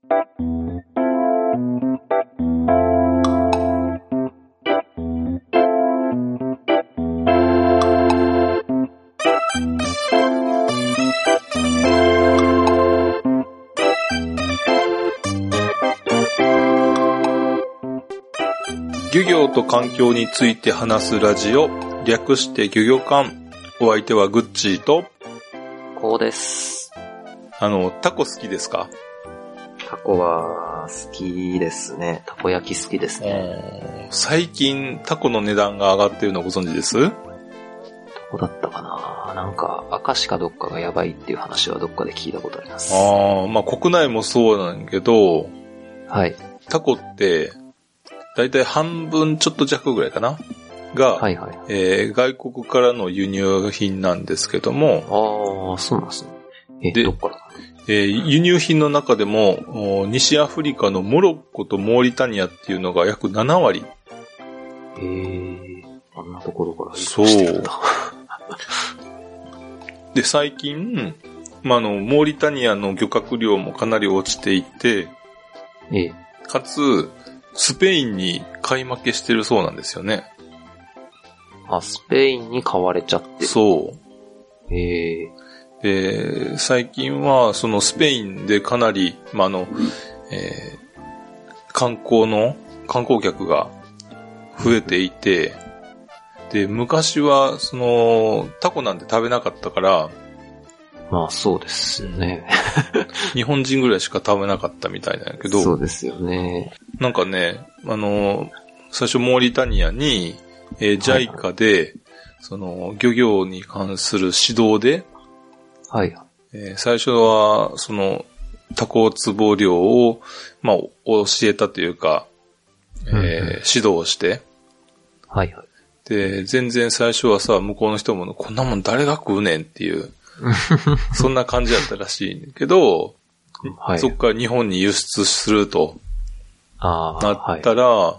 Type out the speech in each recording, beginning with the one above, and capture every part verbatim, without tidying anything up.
漁業と環境について話すラジオ、略して漁業館。お相手はグッチーとこうです。 あのタコ好きですか？ タコは好きですね。たこ焼き好きですね。 最近タコの値段が上がってるのご存知です？ どこだったかな。なんか明石かどっかがやばいっていう話はどっかで聞いたことあります。 ああ、まあ国内もそうなんやけど、 はい。 タコってだいたい半分ちょっと弱ぐらいかなが、 はいはい。 えー、外国からの輸入品なんですけども、 ああ、そうなんですね。え、 でどっから？ えー、輸入品の中でも西アフリカのモロッコとモーリタニアっていうのが約ななわり。 へえ、あんなところからそう。 してるんだ。 で、最近、まあ、あの、モーリタニアの漁獲量もかなり落ちていて、 ええ、 かつ、スペインに買い負けしてるそうなんですよね。 あ、スペインに買われちゃってる。 そう。 へえ。 で、最近は、そのスペインでかなり、まあ、あの、えー、観光の、観光客が増えていて、で、昔は、その、タコなんて食べなかったから、 まあそうですよね。 日本人ぐらいしか食べなかったみたいなんやけど、 そうですよね。 なんかね、あの、最初モーリタニアに、えー、ジャイカ で、その、漁業に関する指導で、 はい。 えー、最初は、その、タコ壺漁を、まあ、教えたというか、えーうんうん、 指導をして、 はいはい。 で、全然最初はさ、向こうの人も、こんなもん誰が食うねんっていう、そんな感じだったらしいけど、はい、そっから日本に輸出するとなったら、はい、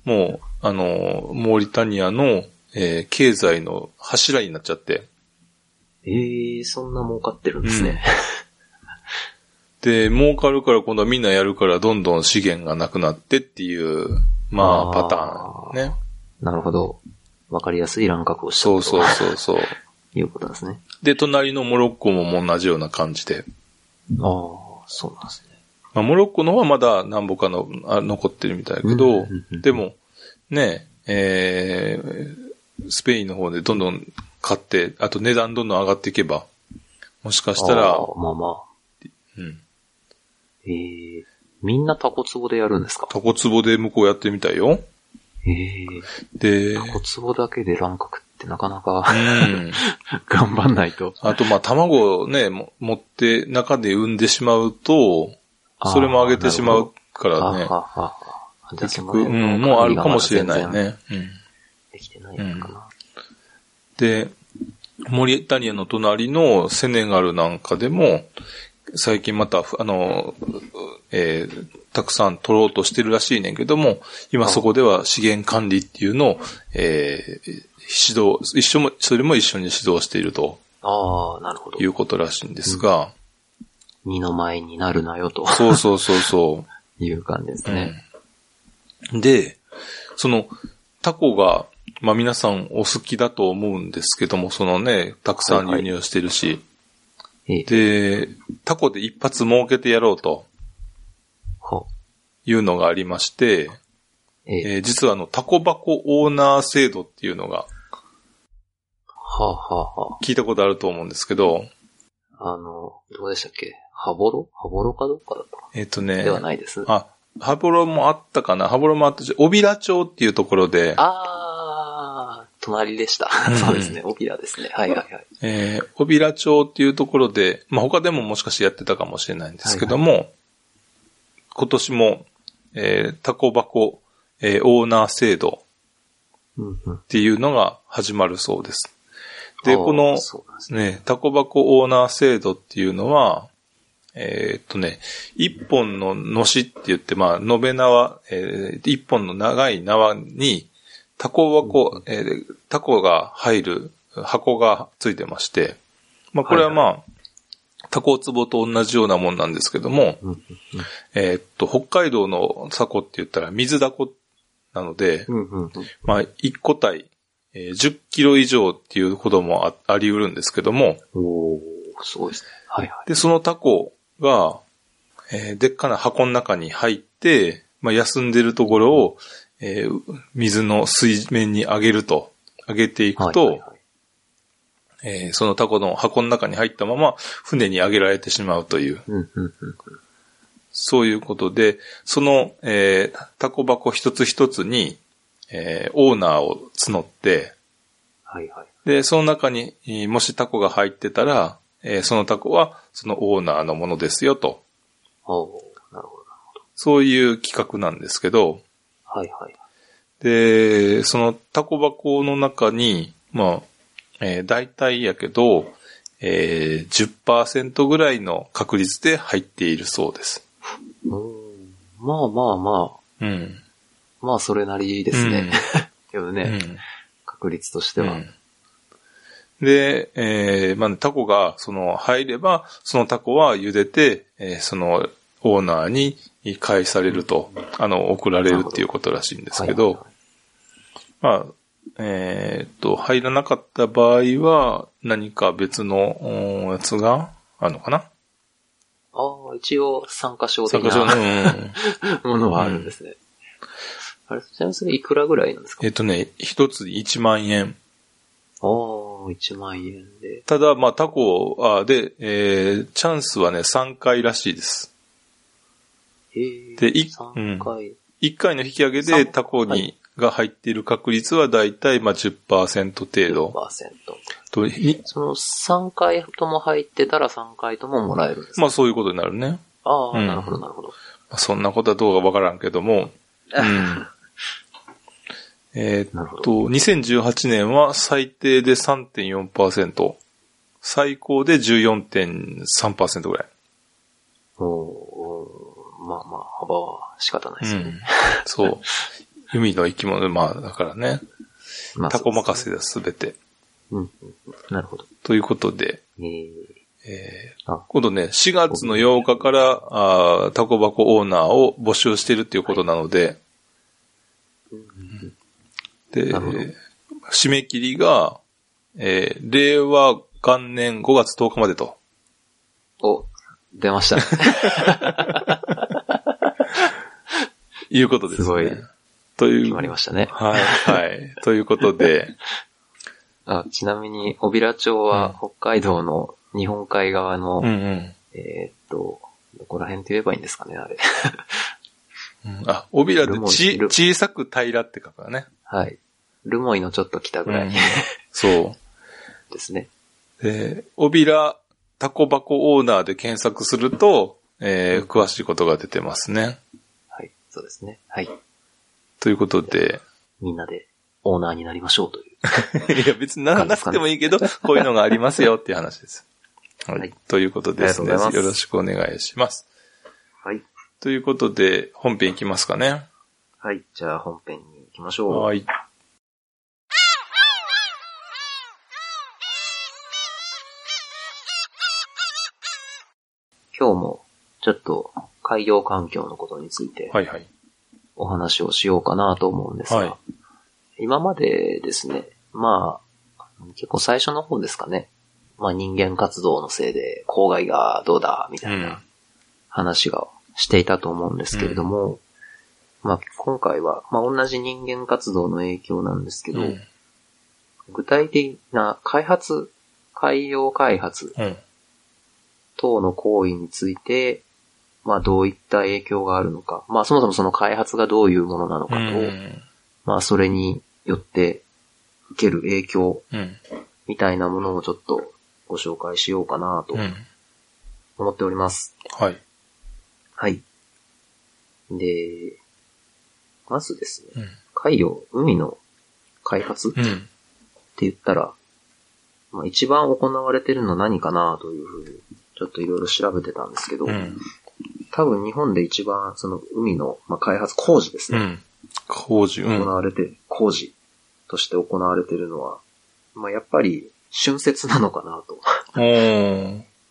もう、あの、モーリタニアの、えー、経済の柱になっちゃって。 ええー、そんな儲かってるんですね。 うん、で、儲かるから今度はみんなやるからどんどん資源がなくなってっていう、まあ、パターンね。 なるほど。わかりやすい乱獲をしたそうそうそうそう。 いうことですね。 で、隣のモロッコも同じような感じで。 ああ、そうなんですね。 まあ、モロッコの方はまだ何ぼかのあ残ってるみたいだけど、うんうんうん、でも、ね、えー、スペインの方でどんどん買って、あと値段どんどん上がっていけば、もしかしたら、 あまあまあ。 うん。 えー、みんなタコ壺でやるんですか？ タコ壺で向こうやってみたいよ。 えー、 で、 タコ壺だけで乱獲ってなかなか、 うん、 頑張んないと。 あと、まあ、卵をね、も持って中で産んでしまうと、それも上げてしまうからね。 ははは結局、うん、もうあるかもしれないね。うん。 できてないのかな、うん。 で、モリタニアの隣のセネガルなんかでも、最近また、あの、えー、たくさん取ろうとしてるらしいねんけども、今そこでは資源管理っていうのを、えー、指導、一緒も、それも一緒に指導していると。 ああ、なるほど。 いうことらしいんですが。 うん、二の舞になるなよと。 そうそうそうそう。 いう感じですね、 うん。で、その、タコが、まあ皆さんお好きだと思うんですけども、そのね、たくさん輸入してるし。はいはい、で、タコで一発儲けてやろうと。いうのがありまして、えー、実はあの、タコ箱オーナー制度っていうのが、 はあはあはあ、 聞いたことあると思うんですけど、 あの、どうでしたっけ？ハボロ？ハボロかどっかだったかえっとね。 ではないです。 あ、ハボロもあったかな。ハボロもあったし、オビラ町っていうところで。 あー、隣でした。うん、そうですね。オビラですね。はいはいはい。 えー、オビラ町っていうところで、まあ、他でももしかしてやってたかもしれないんですけども、はいはい、今年も、えー、タコ箱、えー、オーナー制度っていうのが始まるそうです。で、この、ね、タコ箱オーナー制度っていうのは、えー、っとね、一本ののしって言って、まあ、延べ縄、えー、一本の長い縄に、タコ箱、えー、タコが入る箱がついてまして、まあ、これはまあ、はいはい、 タコツボと同じようなもんなんですけども、 うんうんうん、 えー、っと、北海道のタコって言ったら水タコなので、 うんうんうん、 まあ、いっ個体、えー、じゅっキロ以上っていうことも あ, あり得るんですけども、 おー、すごいですね。はいはい。 で、そのタコが、えー、でっかな箱の中に入って、まあ、休んでるところを、えー、水の水面に上げると、上げていくと、はいはいはい、えー、そのタコの箱の中に入ったまま船に上げられてしまうという、 うんうんうんうん、 そういうことで、その、えー、タコ箱一つ一つに、えー、オーナーを募って、 はいはい、 で、その中にもしタコが入ってたら、えー、そのタコはそのオーナーのものですよと。 おー、なるほどなるほど。 そういう企画なんですけど、 はいはい。 で、そのタコ箱の中に、まあ、えー、大体やけど、えー、じゅっパーセント ぐらいの確率で入っているそうです。 うーん、まあまあまあ。 うん。 まあそれなりですね。 うん、 けどね、うん、確率としては。うん、 で、えー、まあ、タコがその入れば、そのタコは茹でて、えー、そのオーナーに返されると、うん、あの、送られるっていうことらしいんですけど、どまあ、えー、っと、入らなかった場合は、何か別のやつがあるのかな？ ああ、一応参加賞的な参加賞の、 うん、ものはあるんですね。うん、あれ、ちなみにそれいくらぐらいなんですか？ えー、っとね、一ついちまんえん。 ああ、いちまんえんで。 ただ、まあ、タコで、えー、チャンスはね、さんかいらしいです。 へー、 で、い、 さんかい。 うん、いっかいの引き上げでタコに、はい、が入っている確率はだいたいまあ じゅっパーセント 程度。 じゅっパーセント。 とそのさんかいとも入ってたらさんかいとももらえるんですか？ まあそういうことになるね。 ああ、うん、なるほどなるほど。 まあ、そんなことはどうかわからんけども。うん、えー、っと、にせんじゅうはちねんは最低で さんてんよんパーセント。最高で じゅうよんてんさんパーセント ぐらい。 おお、まあまあ、幅は仕方ないですよね。うん、 そう。海の生き物、まあだからね。まあ、タコ任せですべて。 うん、うん、なるほど。 ということで、 えーえー、今度ね、しがつのようかからあタコ箱オーナーを募集しているっていうことなので、はい、で、締め切りが、えー、令和元年ごがつとおかまでと。 お、出ましたね。 いうことですね。 すごい。 という。 決まりましたね。 はい、はい。ということで。 あ、ちなみに、小平町は北海道の日本海側の、 うんうん、 えー、っと、どこら辺って言えばいいんですかね、あれ。 うん、あ、小平でち小さく平って書くわね。 はい。ルモイのちょっと北ぐらい。うん、 そう。 ですね。 で、小平タコ箱オーナーで検索すると、えー、詳しいことが出てますね。 はい、そうですね。はい。 ということで。 みんなでオーナーになりましょうという。 いや、別にならなくてもいいけど、こういうのがありますよっていう話です。はい。はい、ということですね。よろしくお願いします。 はい。 ということで、本編いきますかね。 はい。じゃあ本編に行きましょう。 はい。 今日もちょっと海洋環境のことについてお話をしようかなと思うんですが、はいはい、今までですね、まあ結構最初の方ですかね、まあ人間活動のせいで公害がどうだみたいな話がしていたと思うんですけれども、うん、まあ今回はまあ同じ人間活動の影響なんですけど、うん、具体的な開発、海洋開発、うん等の行為について、まあどういった影響があるのか。まあそもそもその開発がどういうものなのかと、まあそれによって受ける影響みたいなものをちょっとご紹介しようかなと思っております。 はい。 はい。で、まずですね、うん、海洋、海の開発、うん、って言ったら、まあ一番行われてるのは何かなというふうにちょっといろいろ調べてたんですけど、うん、多分日本で一番その海の、まあ、開発工事ですね。うん、 工事、うん、 行われて、工事として行われているのは、まあ、やっぱり春節なのかなと。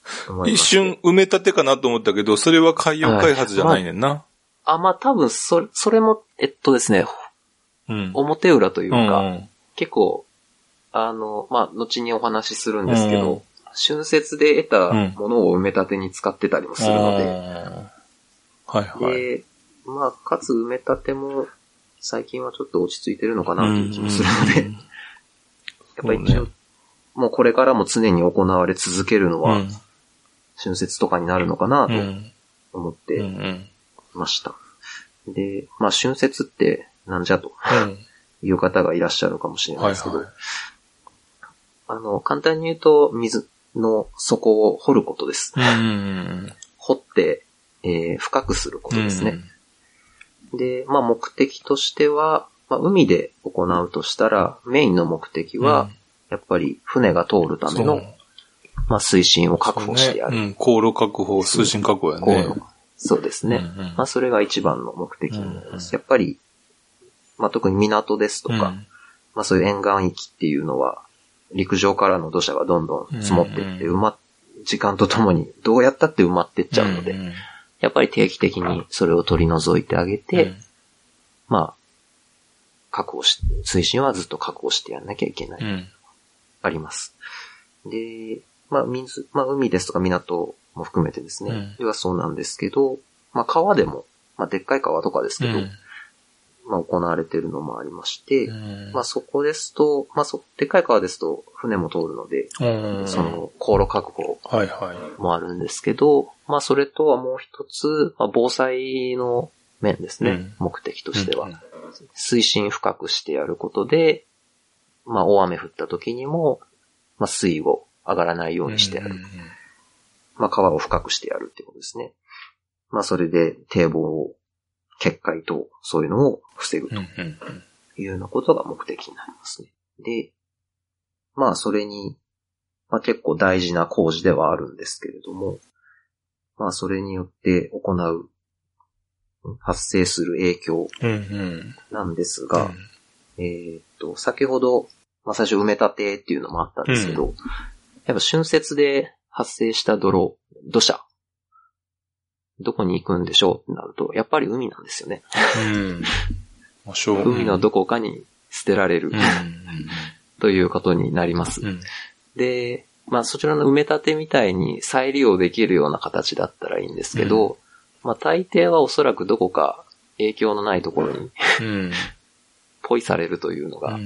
一瞬埋め立てかなと思ったけど、それは海洋開発じゃないねんな。はい、まあ、あ、まあ多分、それ、それも、えっとですね、うん、表裏というか、うんうん、結構、あの、まあ、後にお話しするんですけど、うん、春節で得たものを埋め立てに使ってたりもするので、うん、 はいはい。 で、まあ、かつ埋め立ても、最近はちょっと落ち着いてるのかなという気もするので、うんうん、やっぱり一応、もうこれからも常に行われ続けるのは、春節とかになるのかなと思ってました。で、まあ春節ってなんじゃという方がいらっしゃるかもしれないですけど、はいはい、あの、簡単に言うと水の底を掘ることです。 うん、 掘って、えー、深くすることですね。うん、で、まあ目的としては、まあ、海で行うとしたらメインの目的は、うんやっぱり船が通るための、まあ、水深を確保してやる。 うね、うん、航路確保、水深確保やね。 そうですね。うんうん、まあ、それが一番の目的になります。うんうん、やっぱり、まあ、特に港ですとか、うん、まあ、そういう沿岸域っていうのは、陸上からの土砂がどんどん積もっていって、埋まっ、時間とともにどうやったって埋まってっちゃうので、うんうん、やっぱり定期的にそれを取り除いてあげて、うん、まあ、確保し、水深はずっと確保してやんなきゃいけない。うんあります。で、まあ水、まあ海ですとか港も含めてですね。うん、ではそうなんですけど、まあ川でも、まあでっかい川とかですけど、うん、まあ行われているのもありまして、うん、まあそこですと、まあそ、でっかい川ですと船も通るので、うん、その航路確保もあるんですけど、はいはい、まあそれとはもう一つ、まあ、防災の面ですね、うん、目的としては、うん。水深深くしてやることで、まあ、大雨降った時にも、まあ、水位を上がらないようにしてやる。うんうんうん、まあ、川を深くしてやるってことですね。まあ、それで堤防を、決壊と、そういうのを防ぐというようなことが目的になりますね。で、まあ、それに、まあ、結構大事な工事ではあるんですけれども、まあ、それによって行う、発生する影響なんですが、うんうんえー、っと、先ほど、まあ、最初埋め立てっていうのもあったんですけど、うん、やっぱ春節で発生した泥、土砂、どこに行くんでしょうってなると、やっぱり海なんですよね。うん、海のどこかに捨てられる、うん、ということになります。うん、で、まあそちらの埋め立てみたいに再利用できるような形だったらいいんですけど、うん、まあ大抵はおそらくどこか影響のないところに、うんポイされるというのが、うん、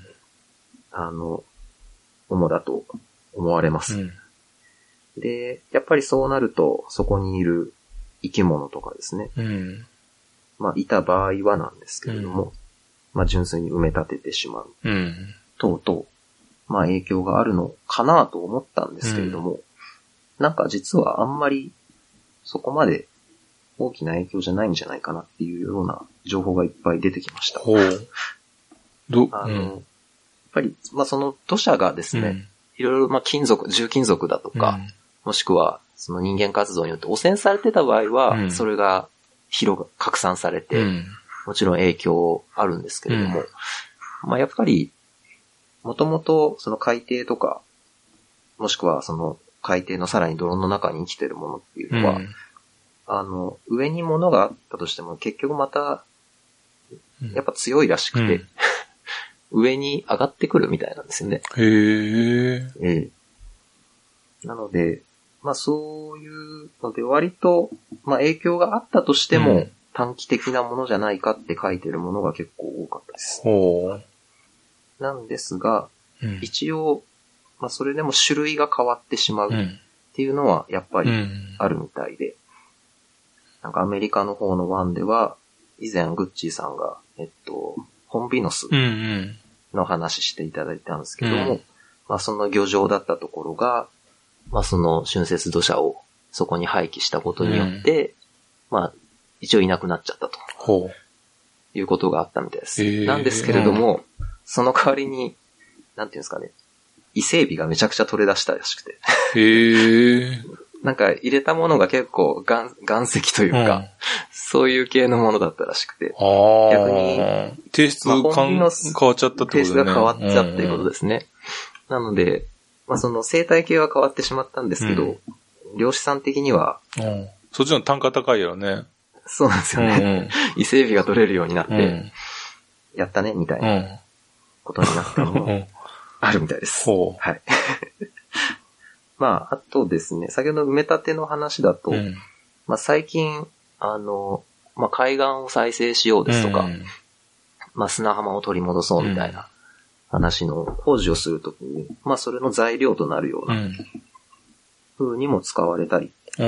あの、主だと思われます、うん。で、やっぱりそうなると、そこにいる生き物とかですね。うん、まあ、いた場合はなんですけれども、うん、まあ、純粋に埋め立ててしまう。うん、等々、まあ、影響があるのかなと思ったんですけれども、うん、なんか実はあんまり、そこまで大きな影響じゃないんじゃないかなっていうような情報がいっぱい出てきました。 ほうどあの、うん、やっぱり、まあ、その土砂がですね、うん、いろいろ、まあ、金属、重金属だとか、うん、もしくは、その人間活動によって汚染されてた場合は、うん、それが広が、拡散されて、うん、もちろん影響あるんですけれども、うん、まあ、やっぱり、もともと、その海底とか、もしくはその海底のさらに泥の中に生きてるものっていうのは、うん、あの、上に物があったとしても結局また、やっぱ強いらしくて、うん、上に上がってくるみたいなんですよね。 へー。 えー、なので、まあそういうので割と、まあ影響があったとしても、短期的なものじゃないかって書いてるものが結構多かったです。 ほう。 なんですが、うん、一応、まあそれでも種類が変わってしまうっていうのはやっぱりあるみたいで、うん、なんかアメリカの方の湾では、以前グッチーさんが、えっと、ホンビノスの話していただいたんですけども、うんうん、まあその漁場だったところが、まあその春節土砂をそこに廃棄したことによって、うん、まあ一応いなくなっちゃったと。 ほう。 いうことがあったみたいです。えー、なんですけれども、うん、その代わりに、なんていうんですかね、伊勢海老がめちゃくちゃ取れ出したらしくて。 へー。 なんか入れたものが結構岩、岩石というか、うん、そういう系のものだったらしくて。 あ逆に、 テイストが変わっちゃったってことね。 テイストが変わっちゃったっていうことですね。うんうん、なので、まあその生態系は変わってしまったんですけど、うん、 漁師さん的には、 うん、そっちの単価高いよね。 そうなんですよね。うんうん、伊勢海老が取れるようになって、うん、やったねみたいなことになったのもあるみたいです。うん、はい。まあ、あとですね、先ほどの埋め立ての話だと、うん、まあ最近、あの、まあ海岸を再生しようですとか、うん、まあ砂浜を取り戻そうみたいな話の工事をするときに、まあそれの材料となるような風にも使われたり、うん、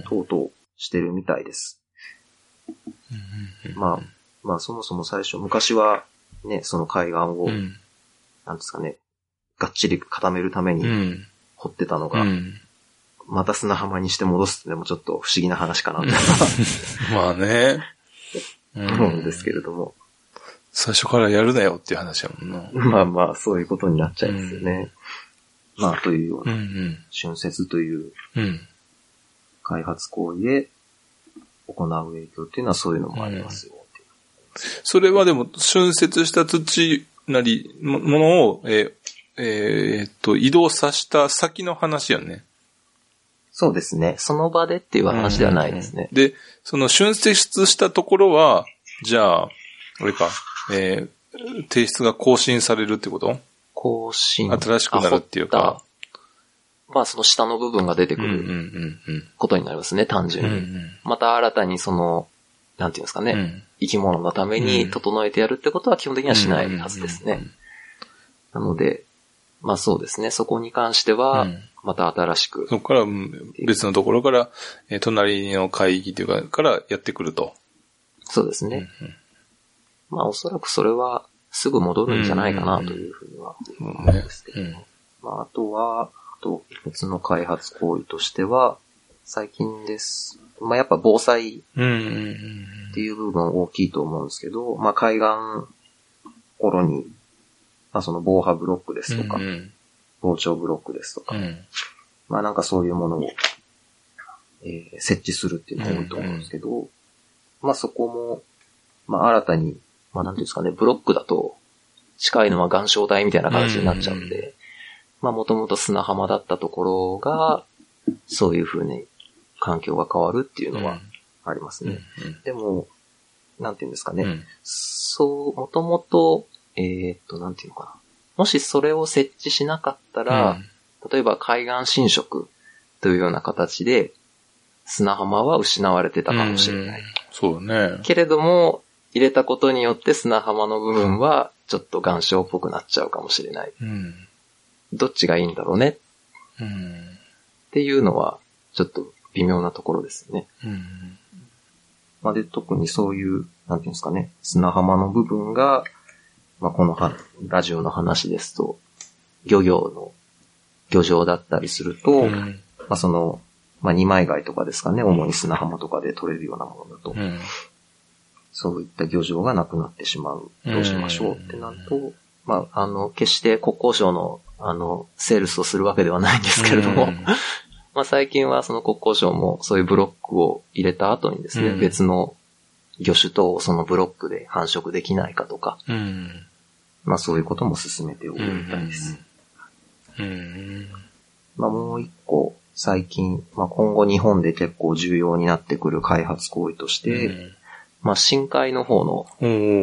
等々してるみたいです。うん、まあ、まあそもそも最初、昔はね、その海岸を、うん、なんですかね、がっちり固めるために掘ってたのが、うん、また砂浜にして戻すってでもちょっと不思議な話かなとまあね、 思うんですけれども。 最初からやるなよっていう話やもんな。 まあまあ、そういうことになっちゃいますよね。うん、まあ、というような、浚渫という開発行為で行う影響っていうのはそういうのもありますよ。うん、 それはでも、浚渫した土なり、ものを、えーえー、っと、移動させた先の話よね。 そうですね。その場でっていう話ではないですね。 うんうんうん、で、その浚渫したところは、じゃあ、あれか、えー、提出が更新されるってこと？ 更新。 新しくなるっていうか。 まあその下の部分が出てくることになりますね、単純に。うんうん、また新たにその、なんていうんですかね、うん、生き物のために整えてやるってことは基本的にはしないはずですね。なので、まあそうですね、そこに関しては、また新しく、うん。 そこから別のところから、えー、隣の海域というか、からやってくると。 そうですね。うんうん、まあおそらくそれはすぐ戻るんじゃないかなというふうには思うんですけど、うんうん、まああとは、あと別の開発行為としては、最近です。まあやっぱ防災っていう部分大きいと思うんですけど、まあ海岸頃に、まあその防波ブロックですとか、うんうん、防潮ブロックですとか、うん、まあなんかそういうものを、えー、設置するっていうのが多いと思うんですけど、うんうん、まあそこも、まあ新たに、まあなんていうんですかね、ブロックだと近いのは岩礁帯みたいな形になっちゃうんで、うんうん、まあもともと砂浜だったところが、そういう風に環境が変わるっていうのはありますね。うんうん、でも、なんていうんですかね、うん、そう、もともと、えー、っと、なんていうのかな。もしそれを設置しなかったら、うん、例えば海岸侵食というような形で、砂浜は失われてたかもしれない。うん、 そうね。 けれども、入れたことによって砂浜の部分はちょっと岩礁っぽくなっちゃうかもしれない。うん、どっちがいいんだろうね、うん。っていうのは、ちょっと微妙なところですよね。うん、まあ、で、特にそういう、なんていうんですかね、砂浜の部分が、まあ、このラジオの話ですと、漁業の漁場だったりすると、うん、まあ、その、まあ、二枚貝とかですかね、主に砂浜とかで取れるようなものだと、うん、そういった漁場がなくなってしまう。どうしましょうってなると、うん、まあ、あの、決して国交省の、あの、セールスをするわけではないんですけれども、うん、まあ、最近はその国交省もそういうブロックを入れた後にですね、うん、別の魚種とそのブロックで繁殖できないかとか、うん、まあそういうことも進めておるみたいです。うんうん、まあもう一個最近、まあ今後日本で結構重要になってくる開発行為として、うん、まあ深海の方の、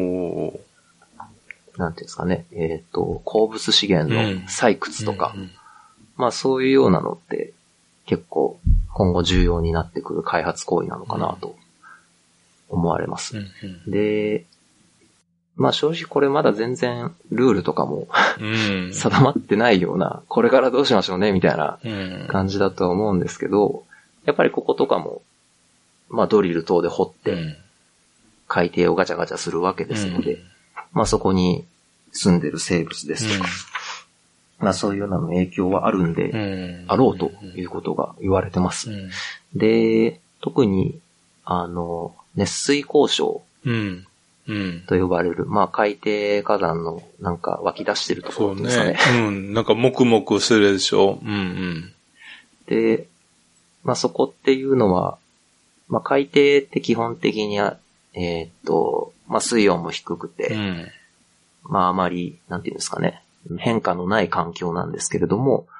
なんていうんですかね、えっと、鉱物資源の採掘とか、うんうんうん、まあそういうようなのって結構今後重要になってくる開発行為なのかなと思われます。うんうん、で、まあ正直これまだ全然ルールとかも定まってないような、これからどうしましょうねみたいな感じだとは思うんですけど、やっぱりこことかも、まあドリル等で掘って海底をガチャガチャするわけですので、まあそこに住んでる生物ですとか、まあそういうようなの影響はあるんで、あろうということが言われてます。で、特にあの、熱水鉱床、うん、と呼ばれる、まあ海底火山のなんか湧き出してるところですかね。 そうね。うん、なんか黙々するでしょ。うんうん。 で、まあそこっていうのは、まあ海底って基本的には、えー、っと、まあ水温も低くて、うん、まああまり、なんていうんですかね、変化のない環境なんですけれども、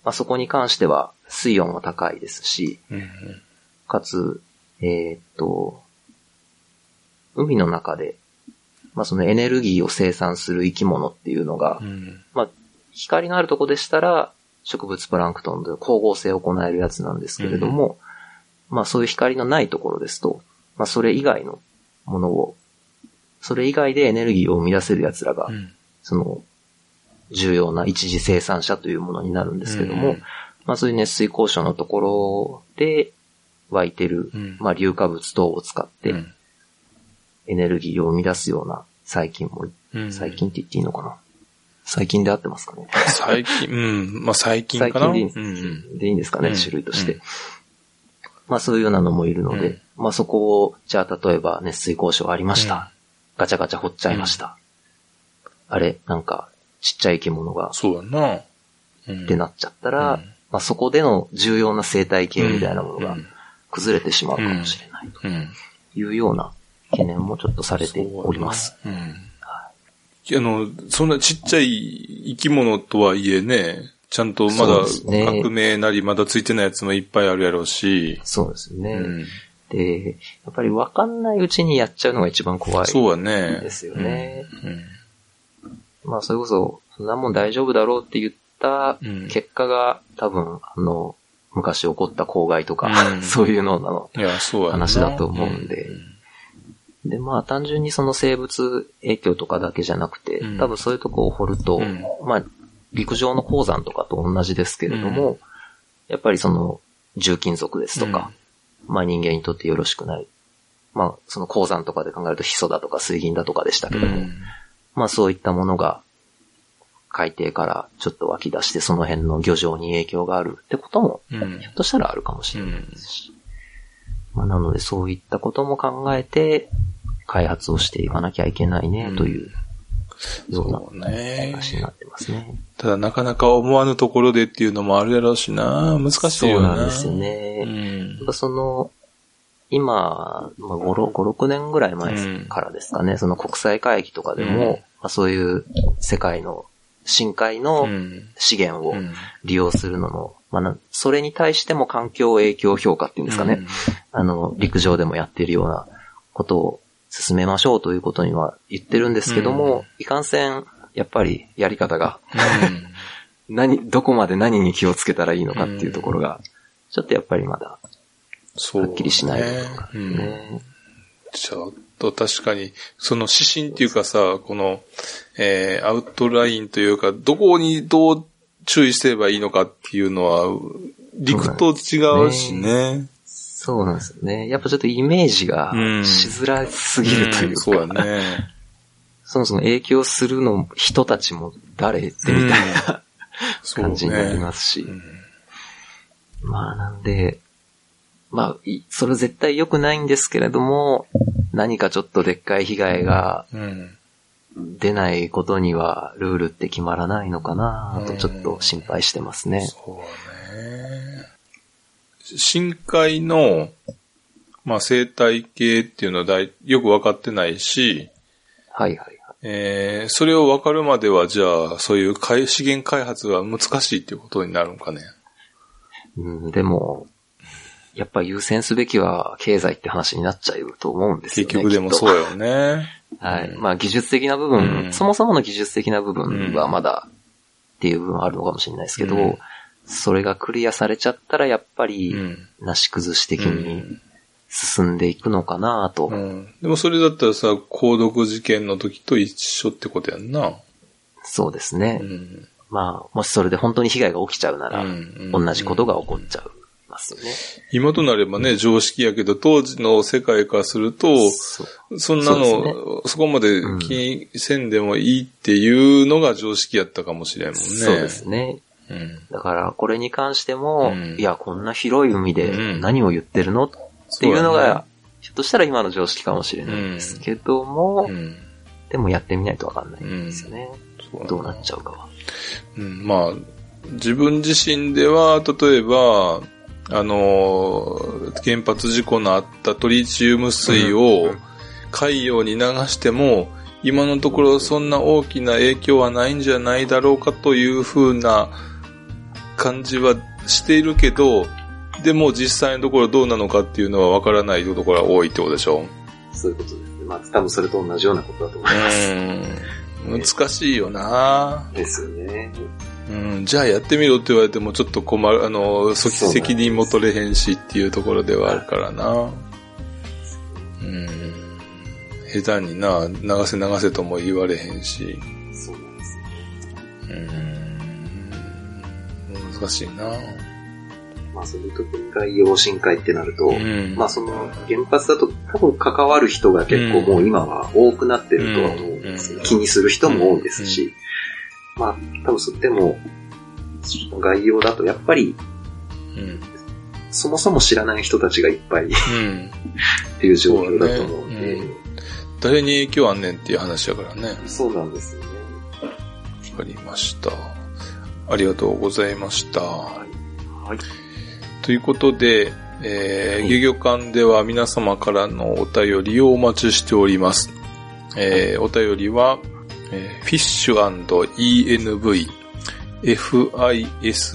まあ、そこに関しては水温も高いですし、うんうん、かつ、えー、っと、海の中で、まあ、そのエネルギーを生産する生き物っていうのが、うん、まあ、光のあるとこでしたら、植物プランクトンで光合成を行えるやつなんですけれども、うん、まあ、そういう光のないところですと、まあ、それ以外のものを、それ以外でエネルギーを生み出せる奴らが、うん、その、重要な一次生産者というものになるんですけども、うん、まあそういう熱水鉱床のところで湧いてる、うん、まあ硫化物等を使って、エネルギーを生み出すような細菌も、うん、細菌って言っていいのかな、細菌で合ってますかね。 細菌、うん、まあ細菌かな。細菌でいい、 うん、でいいんですかね、うん、種類として。うん、まあそういうようなのもいるので、うん、まあそこを、じゃあ例えば熱水鉱床ありました。うん、ガチャガチャ掘っちゃいました。うん、あれ、なんか、ちっちゃい生き物が、 そうだな。 うん、ってなっちゃったら、うん、まあそこでの重要な生態系みたいなものが崩れてしまうかもしれないというような懸念もちょっなされております。うんうん、 はい、あの、そんなちっちゃい生き物とはいえね、ちゃんとまだ革命なりまだついてないやつもいっぱいあるやろうし。 そうですね。うん、で、やっぱり分かんないうちにやっちゃうのが一番怖いですよね。 そうだね。 ですよね。うんうんまあ、それこそ、そんなもん大丈夫だろうって言った結果が、うん、多分、あの、昔起こった公害とか、うん、そういうのなの、 いや、そうや話だと思うんで、うん。で、まあ、単純にその生物影響とかだけじゃなくて、うん、多分そういうとこを掘ると、うん、まあ、陸上の鉱山とかと同じですけれども、うん、やっぱりその、重金属ですとか、うん、まあ人間にとってよろしくない。まあ、その鉱山とかで考えるとヒ素だとか水銀だとかでしたけども、うんまあそういったものが海底からちょっと湧き出してその辺の漁場に影響があるってことも、ひょっとしたらあるかもしれないですし。うんまあ、なのでそういったことも考えて開発をしていかなきゃいけないねというような話になってますね。 ただなかなか思わぬところでっていうのもあるやろうしな、難しいよな。 そうなんですよね。うん、やっぱその今、まあ、ご、ろくねんぐらい前からですかね、うん、その国際会議とかでも、うんまあ、そういう世界の深海の資源を利用するのの、まあ、それに対しても環境影響評価っていうんですかね、うん、あの、陸上でもやっているようなことを進めましょうということには言ってるんですけども、うん、いかんせん、やっぱりやり方が、うん、何、どこまで何に気をつけたらいいのかっていうところが、ちょっとやっぱりまだ、はっきりしないとかね、うん。 ちょっと確かに、その指針っていうかさ、この、えー、アウトラインというか、どこにどう注意すればいいのかっていうのは、陸と違うしね。 そうなんですよね。やっぱちょっとイメージがしづらすぎるというか、うんうん、 そうだね。 そもそも影響するの人たちも誰ってみたいな、うん、感じになりますし。ねうん、まあなんで、まあ、それ絶対良くないんですけれども、何かちょっとでっかい被害が出ないことにはルールって決まらないのかなとちょっと心配してますね。うん、 そうね。深海の、まあ、生態系っていうのはだいよく分かってないし、 はいはいはい。 えー、それを分かるまではじゃあそういう資源開発が難しいっていうことになるのかね。 うん、でも、やっぱり優先すべきは経済って話になっちゃうと思うんですよね。 結局でもそうよね。 はい。うん、まあ技術的な部分、うん、そもそもの技術的な部分はまだっていう部分はあるのかもしれないですけど、うん、それがクリアされちゃったらやっぱりなし崩し的に進んでいくのかなと、うんうん。 でもそれだったらさ、鉱毒事件の時と一緒ってことやんな。 そうですね。うん、まあ、もしそれで本当に被害が起きちゃうなら、同じことが起こっちゃう。ますよね、 今となればね、常識やけど、当時の世界からすると、そ, そんなの そ,、ね、そこまで気にせんでもいいっていうのが常識やったかもしれんもんね。 そうですね。うん、だから、これに関しても、うん、いや、こんな広い海で何を言ってるの、うん、っていうのが、ね、ひょっとしたら今の常識かもしれないんですけども、うん、でもやってみないとわかんないんですよね。うん、どうなっちゃうかは。 うん、まあ、自分自身では、例えば、あのー、原発事故のあったトリチウム水を海洋に流しても、今のところそんな大きな影響はないんじゃないだろうかというふうな感じはしているけど、でも実際のところどうなのかっていうのは分からないところが多いってことでしょ？ そういうことですね。まあ多分それと同じようなことだと思います。 うん。難しいよな。 ですよね。 うん、じゃあやってみろって言われてもちょっと困る、あの、責任も取れへんしっていうところではあるからな。うん。下手にな、流せ流せとも言われへんし。 そうなんですね。うん。難しいな。 まあその特に概要深海ってなると、うん、まあその原発だと多分関わる人が結構もう今は多くなってるとは思うんですよ、うん、気にする人も多いですし、うん、まあ多分そっても概要だとやっぱり、うん、そもそも知らない人たちがいっぱい、うん、っていう状況だと思うんで、うん、 誰に影響あんねんっていう話だからね。 そうなんですよね。 わかりました。ありがとうございました。はい。はい、ということで、えー、漁業館では皆様からのお便りをお待ちしております。えー、お便りは、えー、フィッシュ&イーエヌブイ、フィッシ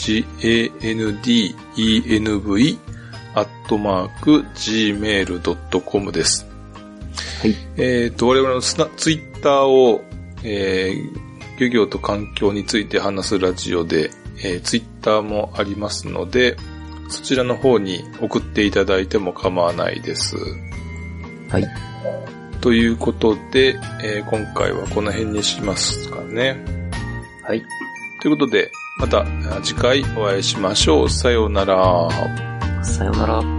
ュ&アットマーク ジーメールドットコム です。はい。えっと、我々のツイッターを、えー、漁業と環境について話すラジオで、えー、ツイッターもありますので、そちらの方に送っていただいても構わないです。はい。ということで、えー、今回はこの辺にしますかね。はい。ということで、また次回お会いしましょう。さようなら。 さようなら。